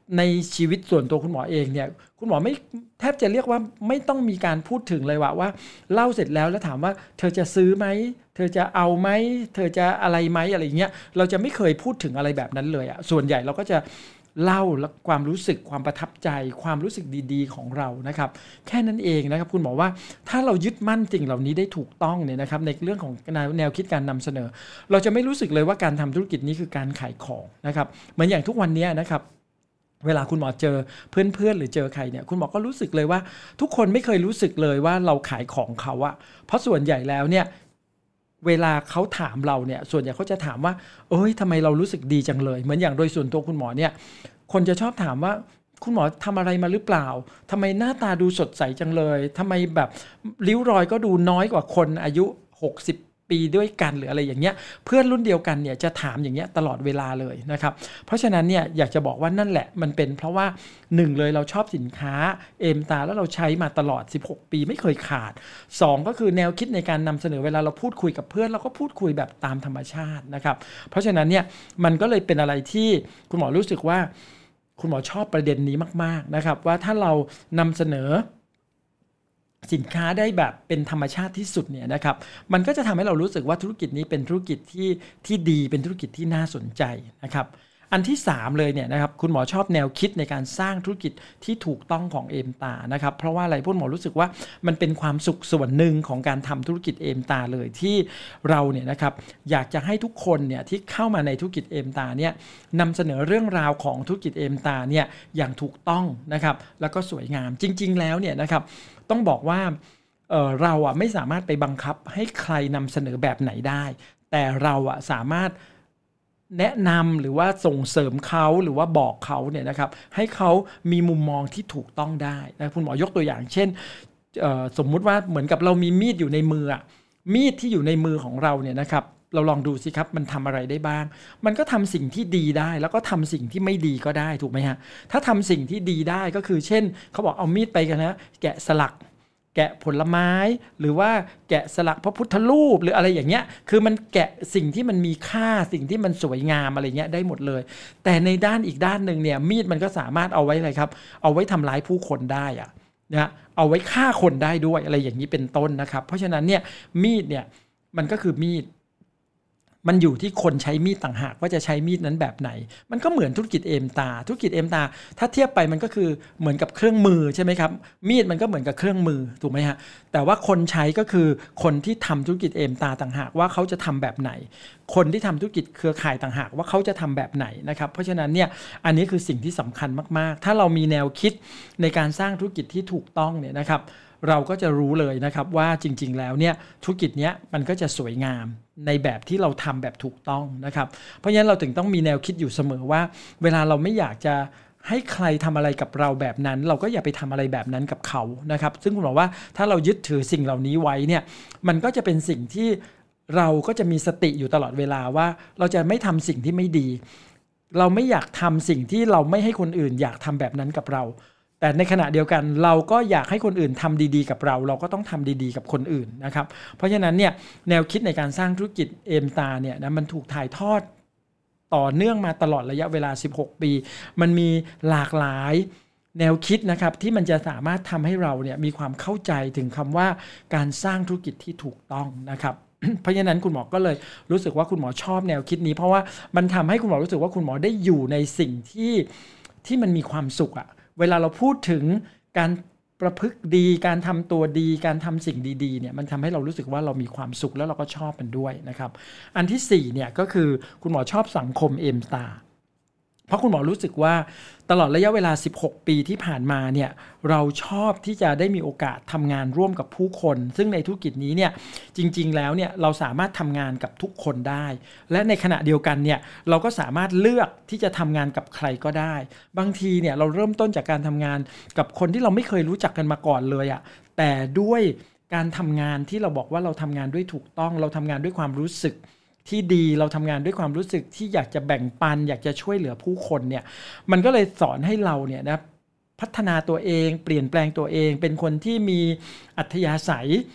ในชีวิตส่วนตัวคุณหมอเองเนี่ยคุณหมอไม่แทบจะเรียกว่าไม่ต้องมีการพูดถึงเลยว่าว่าเล่าเสร็จแล้วแล้วถามว่าเธอจะซื้อไหมเธอจะเอาไหมเธอจะอะไรไหมอะไรเงี้ยเราจะไม่เคยพูดถึงอะไรแบบนั้นเลยอะส่วนใหญ่เราก็จะเล่าความรู้สึกความประทับใจความรู้สึกดีๆของเรานะครับแค่นั้นเองนะครับคุณหมอว่าถ้าเรายึดมั่นสิ่งเหล่านี้ได้ถูกต้องเนี่ยนะครับในเรื่องของแนวคิดการนำเสนอเราจะไม่รู้สึกเลยว่าการทำธุรกิจนี้คือการขายของนะครับเหมือนอย่างทุกวันนี้นะครับเวลาคุณหมอเจอเพื่อนๆหรือเจอใครเนี่ยคุณหมอก็รู้สึกเลยว่าทุกคนไม่เคยรู้สึกเลยว่าเราขายของเขาอะเพราะส่วนใหญ่แล้วเนี่ยเวลาเขาถามเราเนี่ยส่วนใหญ่เขาจะถามว่าเอ้ยทำไมเรารู้สึกดีจังเลยเหมือนอย่างโดยส่วนตัวคุณหมอเนี่ยคนจะชอบถามว่าคุณหมอทำอะไรมาหรือเปล่าทำไมหน้าตาดูสดใสจังเลยทำไมแบบริ้วรอยก็ดูน้อยกว่าคนอายุหกสิบปีด้วยกันหรืออะไรอย่างเงี้ยเพื่อนรุ่นเดียวกันเนี่ยจะถามอย่างเงี้ยตลอดเวลาเลยนะครับเพราะฉะนั้นเนี่ยอยากจะบอกว่านั่นแหละมันเป็นเพราะว่าหนึ่งเลยเราชอบสินค้าเอมตาแล้วเราใช้มาตลอดสิบหกปีไม่เคยขาดสองก็คือแนวคิดในการนำเสนอเวลาเราพูดคุยกับเพื่อนเราก็พูดคุยแบบตามธรรมชาตินะครับเพราะฉะนั้นเนี่ยมันก็เลยเป็นอะไรที่คุณหมอรู้สึกว่าคุณหมอชอบประเด็นนี้มากๆนะครับว่าถ้าเรานำเสนอสินค้าได้แบบเป็นธรรมชาติที่สุดเนี่ยนะครับมันก็จะทำให้เรารู้สึกว่าธุรกิจนี้เป็นธุรกิจที่ที่ดีเป็นธุรกิจที่น่าสนใจนะครับอันที่สามเลยเนี่ยนะครับคุณหมอชอบแนวคิดในการสร้างธุรกิจที่ถูกต้องของเอมตานะครับเพราะว่าอะไรพวกหมอรู้สึกว่ามันเป็นความสุขส่วนหนึ่งของการทำธุรกิจเอมตาเลยที่เราเนี่ยนะครับอยากจะให้ทุกคนเนี่ยที่เข้ามาในธุรกิจเอมตาเนี่ยนำเสนอเรื่องราวของธุรกิจเอมตาเนี่ยอย่างถูกต้องนะครับแล้วก็สวยงามจริงๆแล้วเนี่ยนะครับต้องบอกว่า เอ่อ เราอ่ะไม่สามารถไปบังคับให้ใครนำเสนอแบบไหนได้แต่เราอ่ะสามารถแนะนำหรือว่าส่งเสริมเขาหรือว่าบอกเขาเนี่ยนะครับให้เขามีมุมมองที่ถูกต้องได้นะคุณหมอยกตัวอย่างเช่นสมมุติว่าเหมือนกับเรามีมีดอยู่ในมือมีดที่อยู่ในมือของเราเนี่ยนะครับเราลองดูสิครับมันทำอะไรได้บ้างมันก็ทำสิ่งที่ดีได้แล้วก็ทำสิ่งที่ไม่ดีก็ได้ถูกไหมฮะถ้าทำสิ่งที่ดีได้ก็คือเช่นเขาบอกเอามีดไปกันนะแกะสลักแกะผลไม้หรือว่าแกะสลักพระพุทธรูปหรืออะไรอย่างเงี้ยคือมันแกะสิ่งที่มันมีค่าสิ่งที่มันสวยงามอะไรเงี้ยได้หมดเลยแต่ในด้านอีกด้านนึงเนี่ยมีดมันก็สามารถเอาไว้อะไรครับเอาไว้ทำร้ายผู้คนได้อะนะเอาไว้ฆ่าคนได้ด้วยอะไรอย่างนี้เป็นต้นนะครับเพราะฉะนั้นเนี่ยมีดเนี่ยมันก็คือมีดมันอยู่ที่คนใช้มีดต่างหากว่าจะใช้มีดนั้นแบบไหนมันก็เหมือนธุรกิจเอมตาธุรกิจเอมตาถ้าเทียบไปมันก็คือเหมือนกับเครื่องมือใช่ไหมครับมีดมันก็เหมือนกับเครื่องมือถูกไหมฮะแต่ว่าคนใช้ก็คือคนที่ทำธุรกิจเอมตาต่างหากว่าเขาจะทำแบบไหนคนที่ทำธุรกิจเครือข่ายต่างหากว่าเขาจะทำแบบไหนนะครับเพราะฉะนั้นเนี่ยอันนี้คือสิ่งที่สำคัญมากๆถ้าเรามีแนวคิดในการสร้างธุรกิจที่ถูกต้องเนี่ยนะครับเราก็จะรู้เลยนะครับว่าจริงๆแล้วเนี่ยธุรกิจเนี้ยมันก็จะสวยงามในแบบที่เราทำแบบถูกต้องนะครับเพราะฉะนั้นเราถึงต้องมีแนวคิดอยู่เสมอว่าเวลาเราไม่อยากจะให้ใครทำอะไรกับเราแบบนั้นเราก็อย่าไปทำอะไรแบบนั้นกับเขานะครับซึ่งผมบอกว่าถ้าเรายึดถือสิ่งเหล่านี้ไว้เนี่ยมันก็จะเป็นสิ่งที่เราก็จะมีสติอยู่ตลอดเวลาว่าเราจะไม่ทำสิ่งที่ไม่ดีเราไม่อยากทำสิ่งที่เราไม่ให้คนอื่นอยากทำแบบนั้นกับเราแต่ในขณะเดียวกันเราก็อยากให้คนอื่นทำดีๆกับเราเราก็ต้องทำดีๆกับคนอื่นนะครับเพราะฉะนั้นเนี่ยแนวคิดในการสร้างธุรกิจเอมตาเนี่ยนะมันถูกถ่ายทอดต่อเนื่องมาตลอดระยะเวลาสิบหกปีมันมีหลากหลายแนวคิดนะครับที่มันจะสามารถทำให้เราเนี่ยมีความเข้าใจถึงคำว่าการสร้างธุรกิจที่ถูกต้องนะครับ เพราะฉะนั้นคุณหมอก็เลยรู้สึกว่าคุณหมอชอบแนวคิดนี้เพราะว่ามันทำให้คุณหมอรู้สึกว่าคุณหมอได้อยู่ในสิ่งที่ที่มันมีความสุขอะเวลาเราพูดถึงการประพฤติดีการทำตัวดีการทำสิ่งดีๆเนี่ยมันทำให้เรารู้สึกว่าเรามีความสุขแล้วเราก็ชอบมันด้วยนะครับอันที่สี่เนี่ยก็คือคุณหมอชอบสังคมเอมสตาร์เพราะคุณหมอรู้สึกว่าตลอดระยะเวลาสิบหกปีที่ผ่านมาเนี่ยเราชอบที่จะได้มีโอกาสทำงานร่วมกับผู้คนซึ่งในธุรกิจนี้เนี่ยจริงๆแล้วเนี่ยเราสามารถทำงานกับทุกคนได้และในขณะเดียวกันเนี่ยเราก็สามารถเลือกที่จะทำงานกับใครก็ได้บางทีเนี่ยเราเริ่มต้นจากการทำงานกับคนที่เราไม่เคยรู้จักกันมาก่อนเลยอะแต่ด้วยการทำงานที่เราบอกว่าเราทำงานด้วยถูกต้องเราทำงานด้วยความรู้สึกที่ดีเราทำงานด้วยความรู้สึกที่อยากจะแบ่งปันอยากจะช่วยเหลือผู้คนเนี่ยมันก็เลยสอนให้เราเนี่ยนะพัฒนาตัวเองเปลี่ยนแปลงตัวเองเป็นคนที่มีอัธยาศัย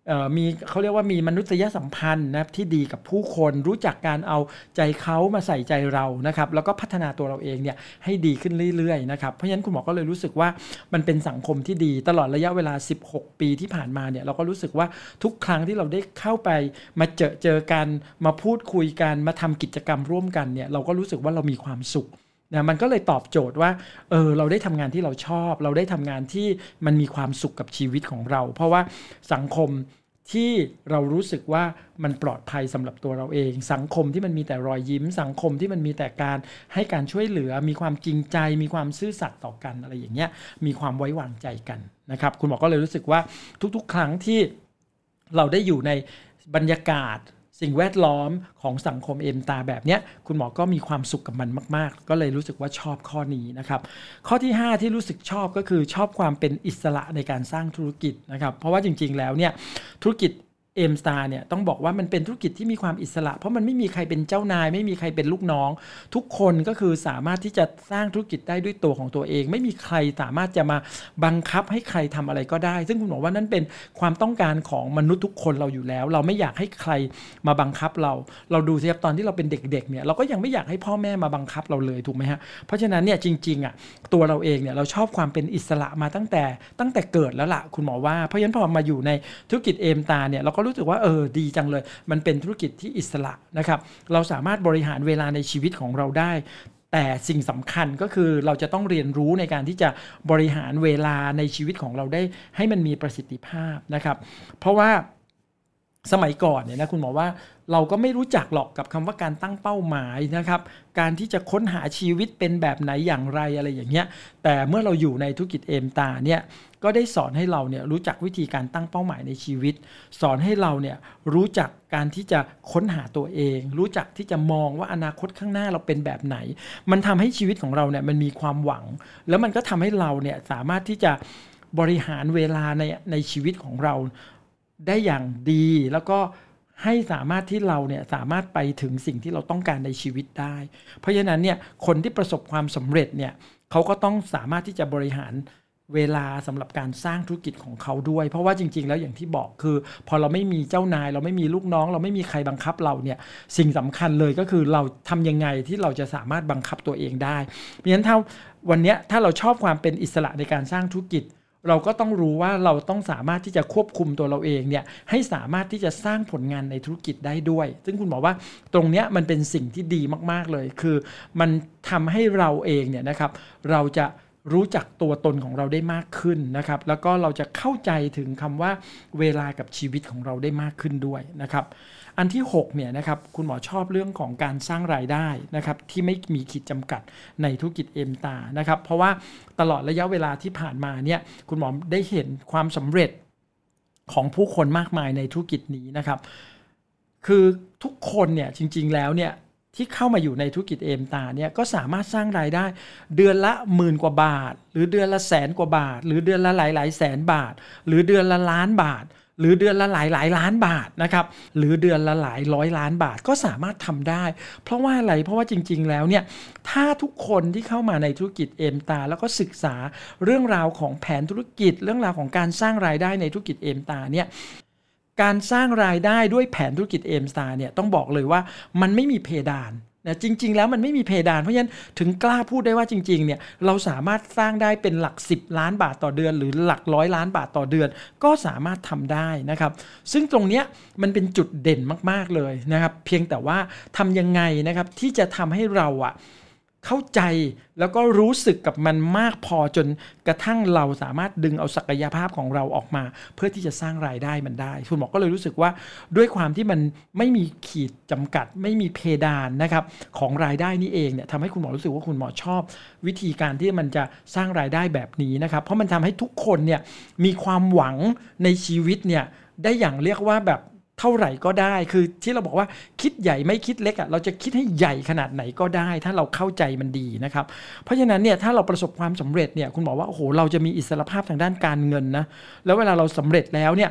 มีเขาเรียกว่ามีมนุษยสัมพันธ์นะที่ดีกับผู้คนรู้จักการเอาใจเขามาใส่ใจเรานะครับแล้วก็พัฒนาตัวเราเองเนี่ยให้ดีขึ้นเรื่อยๆนะครับเพราะฉะนั้นคุณหมอก็เลยรู้สึกว่ามันเป็นสังคมที่ดีตลอดระยะเวลาสิบหกปีที่ผ่านมาเนี่ยเราก็รู้สึกว่าทุกครั้งที่เราได้เข้าไปมาเจอเจอกันมาพูดคุยกันมาทำกิจกรรมร่วมกันเนี่ยเราก็รู้สึกว่าเรามีความสุขนะมันก็เลยตอบโจทย์ว่าเออเราได้ทำงานที่เราชอบเราได้ทำงานที่มันมีความสุขกับชีวิตของเราเพราะว่าสังคมที่เรารู้สึกว่ามันปลอดภัยสำหรับตัวเราเองสังคมที่มันมีแต่รอยยิ้มสังคมที่มันมีแต่การให้การช่วยเหลือมีความจริงใจมีความซื่อสัตย์ต่อกันอะไรอย่างเงี้ยมีความไว้วางใจกันนะครับคุณหมอก็เลยรู้สึกว่าทุกๆครั้งที่เราได้อยู่ในบรรยากาศสิ่งแวดล้อมของสังคมเอ็มตาแบบเนี้ยคุณหมอก็มีความสุขกับมันมากๆก็เลยรู้สึกว่าชอบข้อนี้นะครับข้อที่ห้าที่รู้สึกชอบก็คือชอบความเป็นอิสระในการสร้างธุรกิจนะครับเพราะว่าจริงๆแล้วเนี่ยธุรกิจเอ็มสตาร์เนี่ยต้องบอกว่ามันเป็นธุรกิจที่มีความอิสระเพราะมันไม่มีใครเป็นเจ้านายไม่มีใครเป็นลูกน้องทุกคนก็คือสามารถที่จะสร้างธุรกิจได้ด้วยตัวของตัวเองไม่มีใครสามารถจะมาบังคับให้ใครทำอะไรก็ได้ซึ่งคุณบอกว่านั่นเป็นความต้องการของมนุษย์ทุกคนเราอยู่แล้วเราไม่อยากให้ใครมาบังคับเราเราดูสิครับตอนที่เราเป็นเด็กๆเนี่ยเราก็ยังไม่อยากให้พ่อแม่มาบังคับเราเลยถูกไหมฮะเพราะฉะนั้นเนี่ยจริงๆอ่ะตัวเราเองเนี่ยเราชอบความเป็นอิสระมาตั้งแต่ตั้งแต่เกิดแล้วล่ะคุณหมอว่าเพราะฉะนั้นพอมาอยู่ในธุรกิจเอ็มตาเนี่ยเราก็รู้สึกว่าเออดีจังเลยมันเป็นธุรกิจที่อิสระนะครับเราสามารถบริหารเวลาในชีวิตของเราได้แต่สิ่งสำคัญก็คือเราจะต้องเรียนรู้ในการที่จะบริหารเวลาในชีวิตของเราได้ให้มันมีประสิทธิภาพนะครับเพราะว่าสมัยก่อนเนี่ยนะคุณหมอว่าเราก็ไม่รู้จักหรอกกับคำว่าการตั้งเป้าหมายนะครับการที่จะค้นหาชีวิตเป็นแบบไหนอย่างไรอะไรอย่างเงี้ยแต่เมื่อเราอยู่ในธุรกิจเอ็มตาเนี่ยก็ได้สอนให้เราเนี่ยรู้จักวิธีการตั้งเป้าหมายในชีวิตสอนให้เราเนี่ยรู้จักการที่จะค้นหาตัวเองรู้จักที่จะมองว่าอนาคตข้างหน้าเราเป็นแบบไหนมันทำให้ชีวิตของเราเนี่ยมันมีความหวังแล้วมันก็ทำให้เราเนี่ยสามารถที่จะบริหารเวลาในในชีวิตของเราได้อย่างดีแล้วก็ให้สามารถที่เราเนี่ยสามารถไปถึงสิ่งที่เราต้องการในชีวิตได้เพราะฉะนั้นเนี่ยคนที่ประสบความสำเร็จเนี่ยเขาก็ต้องสามารถที่จะบริหารเวลาสำหรับการสร้างธุรกิจของเขาด้วยเพราะว่าจริงๆแล้วอย่างที่บอกคือพอเราไม่มีเจ้านายเราไม่มีลูกน้องเราไม่มีใครบังคับเราเนี่ยสิ่งสำคัญเลยก็คือเราทำยังไงที่เราจะสามารถบังคับตัวเองได้เพราะฉะนั้นถ้าวันนี้ถ้าเราชอบความเป็นอิสระในการสร้างธุรกิจเราก็ต้องรู้ว่าเราต้องสามารถที่จะควบคุมตัวเราเองเนี่ยให้สามารถที่จะสร้างผลงานในธุรกิจได้ด้วยซึ่งคุณบอกว่าตรงเนี้ยมันเป็นสิ่งที่ดีมากๆเลยคือมันทำให้เราเองเนี่ยนะครับเราจะรู้จักตัวตนของเราได้มากขึ้นนะครับแล้วก็เราจะเข้าใจถึงคำว่าเวลากับชีวิตของเราได้มากขึ้นด้วยนะครับอันที่หกเนี่ยนะครับคุณหมอชอบเรื่องของการสร้างรายได้นะครับที่ไม่มีขีดจำกัดในธุรกิจเอ็มตานะครับเพราะว่าตลอดระยะเวลาที่ผ่านมาเนี่ยคุณหมอได้เห็นความสำเร็จของผู้คนมากมายในธุรกิจนี้นะครับคือทุกคนเนี่ยจริงๆแล้วเนี่ยที่เข้ามาอยู่ในธุรกิจเอ็มตาเนี่ยก็สามารถสร้างรายได้เดือนละหมื่นกว่าบาทหรือเดือนละแสนกว่าบาทหรือเดือนละหลายหลายแสนบาทหรือเดือนละล้านบาทหรือเดือนละหลายหลายล้านบาทนะครับหรือเดือนละหลายร้อยล้านบาทก็สามารถทำได้เพราะว่าอะไรเพราะว่าจริงๆแล้วเนี่ยถ้าทุกคนที่เข้ามาในธุรกิจเอ็มตาแล้วก็ศึกษาเรื่องราวของแผนธุรกิจเรื่องราวของการสร้างรายได้ในธุรกิจเอ็มตาเนี่ยการสร้างรายได้ด้วยแผนธุรกิจเอ็มตาเนี่ยต้องบอกเลยว่ามันไม่มีเพดานนะจริงๆแล้วมันไม่มีเพดานเพราะฉะนั้นถึงกล้าพูดได้ว่าจริงๆเนี่ยเราสามารถสร้างได้เป็นหลักสิบล้านบาทต่อเดือนหรือหลักร้อยล้านบาทต่อเดือนก็สามารถทำได้นะครับซึ่งตรงเนี้ยมันเป็นจุดเด่นมากๆเลยนะครับเพียงแต่ว่าทำยังไงนะครับที่จะทำให้เราอะเข้าใจแล้วก็รู้สึกกับมันมากพอจนกระทั่งเราสามารถดึงเอาศักยภาพของเราออกมาเพื่อที่จะสร้างรายได้มันได้คุณหมอก็เลยรู้สึกว่าด้วยความที่มันไม่มีขีดจำกัดไม่มีเพดานนะครับของรายได้นี่เองเนี่ยทำให้คุณหมอรู้สึกว่าคุณหมอชอบวิธีการที่มันจะสร้างรายได้แบบนี้นะครับเพราะมันทำให้ทุกคนเนี่ยมีความหวังในชีวิตเนี่ยได้อย่างเรียกว่าแบบเท่าไหร่ก็ได้คือที่เราบอกว่าคิดใหญ่ไม่คิดเล็กอ่ะเราจะคิดให้ใหญ่ขนาดไหนก็ได้ถ้าเราเข้าใจมันดีนะครับเพราะฉะนั้นเนี่ยถ้าเราประสบความสำเร็จเนี่ยคุณบอกว่าโอ้โหเราจะมีอิสรภาพทางด้านการเงินนะแล้วเวลาเราสำเร็จแล้วเนี่ย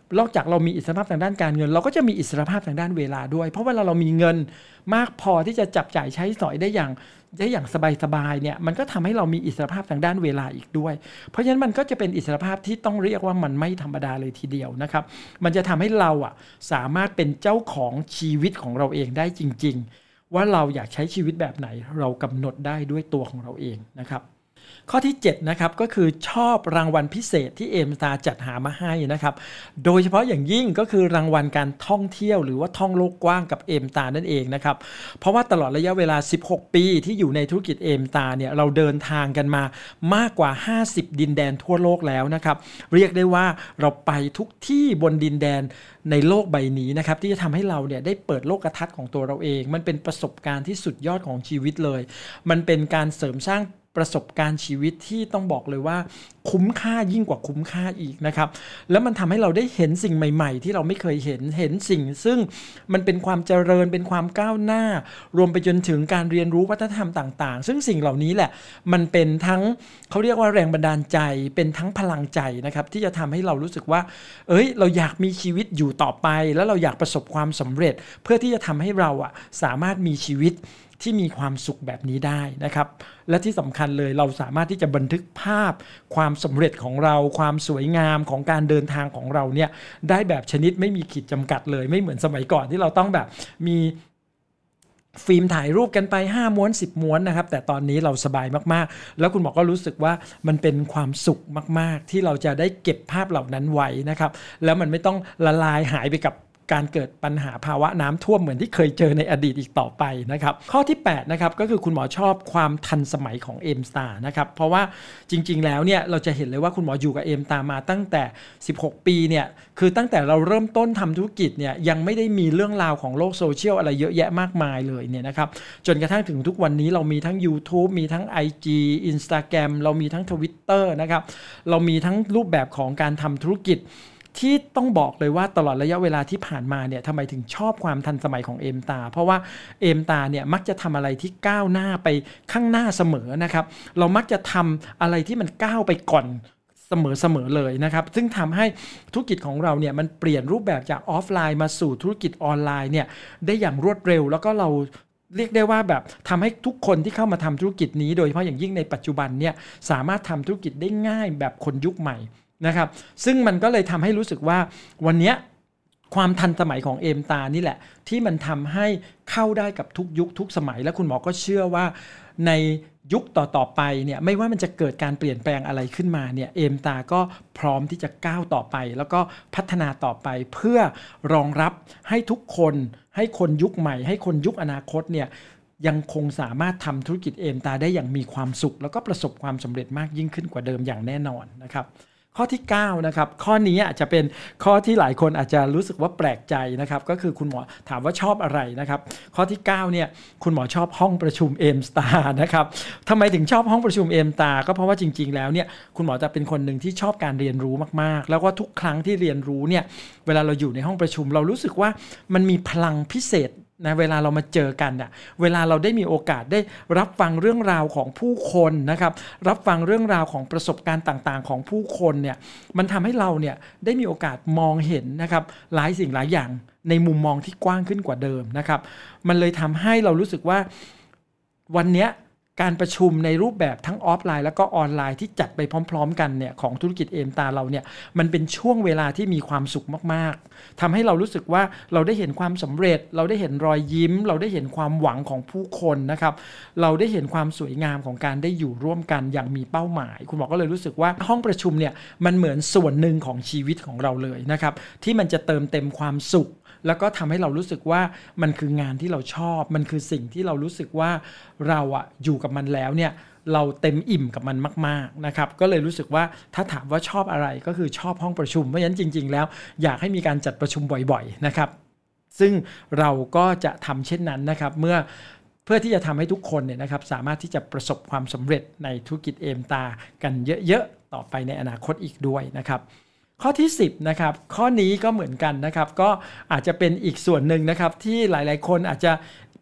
นอกจากเรามีอิสรภาพทางด้านการเงินเราก็จะมีอิสรภาพทางด้านเวลาด้วยเพราะเวลาเรามีเงินมากพอที่จะจับจ่ายใช้สอยได้อย่างได้อย่างสบายๆเนี่ยมันก็ทำให้เรามีอิสรภาพทางด้านเวลาอีกด้วยเพราะฉะนั้นมันก็จะเป็นอิสรภาพที่ต้องเรียกว่ามันไม่ธรรมดาเลยทีเดียวนะครับมันจะทำให้เราอ่ะสามารถเป็นเจ้าของชีวิตของเราเองได้จริงๆว่าเราอยากใช้ชีวิตแบบไหนเรากำหนดได้ด้วยตัวของเราเองนะครับข้อที่เจ็ดนะครับก็คือชอบรางวัลพิเศษที่ เอม สตาร์ จัดหามาให้นะครับโดยเฉพาะอย่างยิ่งก็คือรางวัลการท่องเที่ยวหรือว่าท่องโลกกว้างกับ เอม สตาร์ นั่นเองนะครับเพราะว่าตลอดระยะเวลาสิบหกปีที่อยู่ในธุรกิจ เอม สตาร์ เนี่ยเราเดินทางกันมามากกว่าห้าสิบดินแดนทั่วโลกแล้วนะครับเรียกได้ว่าเราไปทุกที่บนดินแดนในโลกใบนี้นะครับที่จะทำให้เราเนี่ยได้เปิดโลกทัศน์ของตัวเราเองมันเป็นประสบการณ์ที่สุดยอดของชีวิตเลยมันเป็นการเสริมสร้างประสบการณ์ชีวิตที่ต้องบอกเลยว่าคุ้มค่ายิ่งกว่าคุ้มค่าอีกนะครับแล้วมันทำให้เราได้เห็นสิ่งใหม่ๆที่เราไม่เคยเห็นเห็นสิ่งซึ่งมันเป็นความเจริญเป็นความก้าวหน้ารวมไปจนถึงการเรียนรู้วัฒนธรรมต่างๆซึ่งสิ่งเหล่านี้แหละมันเป็นทั้งเขาเรียกว่าแรงบันดาลใจเป็นทั้งพลังใจนะครับที่จะทำให้เรารู้สึกว่าเอ้ยเราอยากมีชีวิตอยู่ต่อไปแล้วเราอยากประสบความสำเร็จเพื่อที่จะทำให้เราอะสามารถมีชีวิตที่มีความสุขแบบนี้ได้นะครับและที่สำคัญเลยเราสามารถที่จะบันทึกภาพความสำเร็จของเราความสวยงามของการเดินทางของเราเนี่ยได้แบบชนิดไม่มีขีดจำกัดเลยไม่เหมือนสมัยก่อนที่เราต้องแบบมีฟิล์มถ่ายรูปกันไปห้าม้วนสิบม้วนนะครับแต่ตอนนี้เราสบายมากๆแล้วคุณหมอก็รู้สึกว่ามันเป็นความสุขมากๆที่เราจะได้เก็บภาพเหล่านั้นไว้นะครับแล้วมันไม่ต้องละลายหายไปกับการเกิดปัญหาภาวะน้ำท่วมเหมือนที่เคยเจอในอดีตอีกต่อไปนะครับข้อที่แปดนะครับก็คือคุณหมอชอบความทันสมัยของ เอม สตาร์ นะครับเพราะว่าจริงๆแล้วเนี่ยเราจะเห็นเลยว่าคุณหมออยู่กับ เอม สตาร์ มาตั้งแต่สิบหกปีเนี่ยคือตั้งแต่เราเริ่มต้นทำธุรกิจเนี่ยยังไม่ได้มีเรื่องราวของโลกโซเชียลอะไรเยอะแยะมากมายเลยเนี่ยนะครับจนกระทั่งถึงทุกวันนี้เรามีทั้ง YouTube มีทั้ง ไอ จี Instagram เรามีทั้ง Twitter นะครับเรามีทั้งรูปแบบของการทำธุรกิจที่ต้องบอกเลยว่าตลอดระยะเวลาที่ผ่านมาเนี่ยทำไมถึงชอบความทันสมัยของ เอม สตาร์ เพราะว่า เอม สตาร์ เนี่ยมักจะทำอะไรที่ก้าวหน้าไปข้างหน้าเสมอนะครับเรามักจะทำอะไรที่มันก้าวไปก่อนเสมอๆเลยนะครับซึ่งทำให้ธุรกิจของเราเนี่ยมันเปลี่ยนรูปแบบจากออฟไลน์มาสู่ธุรกิจออนไลน์เนี่ยได้อย่างรวดเร็วแล้วก็เราเรียกได้ว่าแบบทำให้ทุกคนที่เข้ามาทำธุรกิจนี้โดยเฉพาะอย่างยิ่งในปัจจุบันเนี่ยสามารถทำธุรกิจได้ง่ายแบบคนยุคใหม่นะครับซึ่งมันก็เลยทำให้รู้สึกว่าวันนี้ความทันสมัยของ เอม สตาร์ นี่แหละที่มันทำให้เข้าได้กับทุกยุคทุกสมัยและคุณหมอก็เชื่อว่าในยุคต่อๆไปเนี่ยไม่ว่ามันจะเกิดการเปลี่ยนแปลงอะไรขึ้นมาเนี่ย เอม สตาร์ ก็พร้อมที่จะก้าวต่อไปแล้วก็พัฒนาต่อไปเพื่อรองรับให้ทุกคนให้คนยุคใหม่ให้คนยุคอนาคตเนี่ยยังคงสามารถทำธุรกิจ เอม สตาร์ ได้อย่างมีความสุขแล้วก็ประสบความสำเร็จมากยิ่งขึ้นกว่าเดิมอย่างแน่นอนนะครับข้อที่เก้านะครับข้อนี้อาจจะเป็นข้อที่หลายคนอาจจะรู้สึกว่าแปลกใจนะครับก็คือคุณหมอถามว่าชอบอะไรนะครับข้อที่เก้าเนี่ยคุณหมอชอบห้องประชุม เอม สตาร์ นะครับทำไมถึงชอบห้องประชุม เอม สตาร์ ก็เพราะว่าจริงๆแล้วเนี่ยคุณหมอจะเป็นคนหนึ่งที่ชอบการเรียนรู้มากๆแล้วก็ทุกครั้งที่เรียนรู้เนี่ยเวลาเราอยู่ในห้องประชุมเรารู้สึกว่ามันมีพลังพิเศษนะเวลาเรามาเจอกันเนี่ยเวลาเราได้มีโอกาสได้รับฟังเรื่องราวของผู้คนนะครับรับฟังเรื่องราวของประสบการณ์ต่างๆของผู้คนเนี่ยมันทำให้เราเนี่ยได้มีโอกาสมองเห็นนะครับหลายสิ่งหลายอย่างในมุมมองที่กว้างขึ้นกว่าเดิมนะครับมันเลยทำให้เรารู้สึกว่าวันเนี้ยการประชุมในรูปแบบทั้งออฟไลน์แล้วก็ออนไลน์ที่จัดไปพร้อมๆกันเนี่ยของธุรกิจ เอม สตาร์ เราเนี่ยมันเป็นช่วงเวลาที่มีความสุขมากๆทำให้เรารู้สึกว่าเราได้เห็นความสำเร็จเราได้เห็นรอยยิ้มเราได้เห็นความหวังของผู้คนนะครับเราได้เห็นความสวยงามของการได้อยู่ร่วมกันอย่างมีเป้าหมายคุณหมอก็เลยรู้สึกว่าห้องประชุมเนี่ยมันเหมือนส่วนหนึ่งของชีวิตของเราเลยนะครับที่มันจะเติมเต็มความสุขแล้วก็ทำให้เรารู้สึกว่ามันคืองานที่เราชอบมันคือสิ่งที่เรารู้สึกว่าเราอะอยู่กับมันแล้วเนี่ยเราเต็มอิ่มกับมันมากๆนะครับก็เลยรู้สึกว่าถ้าถามว่าชอบอะไรก็คือชอบห้องประชุมเพราะฉะนั้นจริงๆแล้วอยากให้มีการจัดประชุมบ่อยๆนะครับซึ่งเราก็จะทำเช่นนั้นนะครับเมื่อเพื่อที่จะทำให้ทุกคนเนี่ยนะครับสามารถที่จะประสบความสำเร็จในธุรกิจ เอม สตาร์ กันเยอะๆต่อไปในอนาคตอีกด้วยนะครับข้อที่สิบนะครับข้อนี้ก็เหมือนกันนะครับก็อาจจะเป็นอีกส่วนหนึ่งนะครับที่หลายๆคนอาจจะ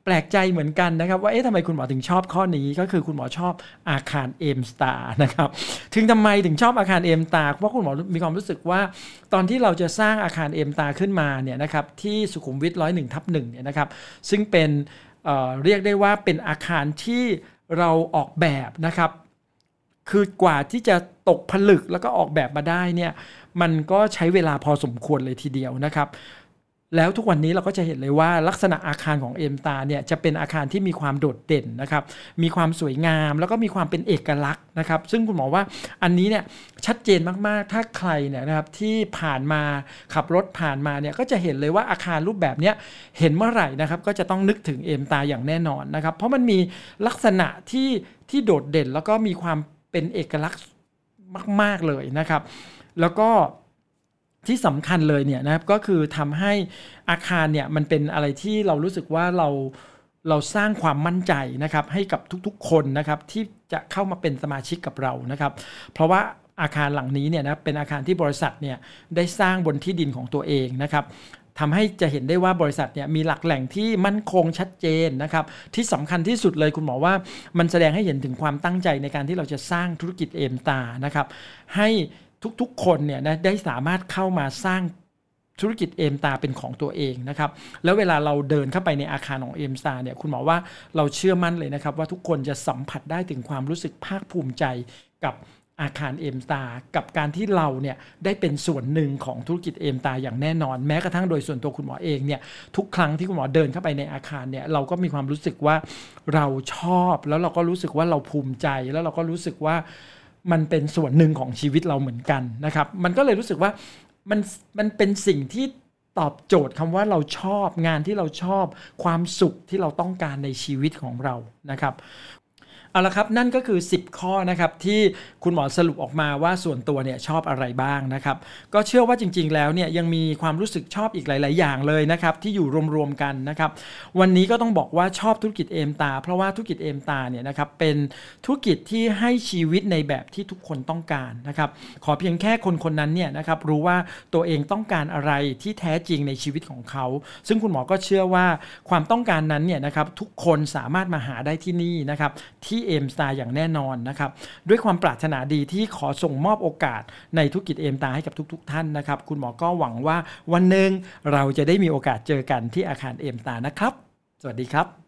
แปลกใจเหมือนกันนะครับว่าเอ๊ะทำไมคุณหมอถึงชอบข้อนี้ก็คือคุณหมอชอบอาคาร M Star นะครับถึงทำไมถึงชอบอาคาร M Star เพราะคุณหมอมีความรู้สึกว่าตอนที่เราจะสร้างอาคาร M Star ขึ้นมาเนี่ยนะครับที่สุขุมวิทหนึ่งศูนย์หนึ่งทับหนึ่งเนี่ยนะครับซึ่งเป็น เอ่อ เรียกได้ว่าเป็นอาคารที่เราออกแบบนะครับคือกว่าที่จะตกผลึกแล้วก็ออกแบบมาได้เนี่ยมันก็ใช้เวลาพอสมควรเลยทีเดียวนะครับแล้วทุกวันนี้เราก็จะเห็นเลยว่าลักษณะอาคารของ M Star เนี่ยจะเป็นอาคารที่มีความโดดเด่นนะครับมีความสวยงามแล้วก็มีความเป็นเอกลักษณ์นะครับซึ่งคุณหมอว่าอันนี้เนี่ยชัดเจนมากๆถ้าใครเนี่ยนะครับที่ผ่านมาขับรถผ่านมาเนี่ยก็จะเห็นเลยว่าอาคารรูปแบบเนี้ยเห็นเมื่อไหร่นะครับก็จะต้องนึกถึง M Star อย่างแน่นอนนะครับเพราะมันมีลักษณะที่ที่โดดเด่นแล้วก็มีความเป็นเอกลักษณ์มากๆเลยนะครับแล้วก็ที่สำคัญเลยเนี่ยนะครับก็คือทำให้อาคารเนี่ยมันเป็นอะไรที่เรารู้สึกว่าเราเราสร้างความมั่นใจนะครับให้กับทุกๆคนนะครับที่จะเข้ามาเป็นสมาชิกกับเรานะครับเพราะว่าอาคารหลังนี้เนี่ยนะเป็นอาคารที่บริษัทเนี่ยได้สร้างบนที่ดินของตัวเองนะครับทำให้จะเห็นได้ว่าบริษัทเนี่ยมีหลักแหล่งที่มั่นคงชัดเจนนะครับที่สำคัญที่สุดเลยคุณหมอว่ามันแสดงให้เห็นถึงความตั้งใจในการที่เราจะสร้างธุรกิจ M Star นะครับให้ทุกๆคนเนี่ยนะได้สามารถเข้ามาสร้างธุรกิจ M Star เป็นของตัวเองนะครับแล้วเวลาเราเดินเข้าไปในอาคารของ M Star เนี่ยคุณหมอว่าเราเชื่อมั่นเลยนะครับว่าทุกคนจะสัมผัสได้ถึงความรู้สึกภาคภูมิใจกับอาคาร M Star กับการที่เราเนี่ยได้เป็นส่วนหนึ่งของธุรกิจ M Star อย่างแน่นอนแม้กระทั่งโดยส่วนตัวคุณหมอเองเนี่ยทุกครั้งที่คุณหมอเดินเข้าไปในอาคารเนี่ยเราก็มีความรู้สึกว่าเราชอบแล้วเราก็รู้สึกว่าเราภูมิใจแล้วเราก็รู้สึกว่ามันเป็นส่วนหนึ่งของชีวิตเราเหมือนกันนะครับมันก็เลยรู้สึกว่ามันมันเป็นสิ่งที่ตอบโจทย์คำว่าเราชอบงานที่เราชอบความสุขที่เราต้องการในชีวิตของเรานะครับเอาละครับนั่นก็คือสิบข้อนะครับที่คุณหมอสรุปออกมาว่าส่วนตัวเนี่ยชอบอะไรบ้างนะครับก็เชื่อว่าจริงๆแล้วเนี่ยยังมีความรู้สึกชอบอีกหลายๆอย่างเลยนะครับที่อยู่รวมๆกันนะครับวันนี้ก็ต้องบอกว่าชอบธุรกิจ M Star เพราะว่าธุรกิจ M Star เนี่ยนะครับเป็นธุรกิจที่ให้ชีวิตในแบบที่ทุกคนต้องการนะครับขอเพียงแค่คนคนนั้นเนี่ยนะครับรู้ว่าตัวเองต้องการอะไรที่แท้จริงในชีวิตของเขาซึ่งคุณหมอก็เชื่อว่าความต้องการนั้นเนี่ยนะครับทุกคนสามารถมาหาได้ที่นี่นะครับที่M Star อย่างแน่นอนนะครับด้วยความปรารถนาดีที่ขอส่งมอบโอกาสในธุรกิจ M Star ให้กับทุกๆท่านนะครับคุณหมอก็หวังว่าวันหนึ่งเราจะได้มีโอกาสเจอกันที่อาคาร M Star นะครับสวัสดีครับ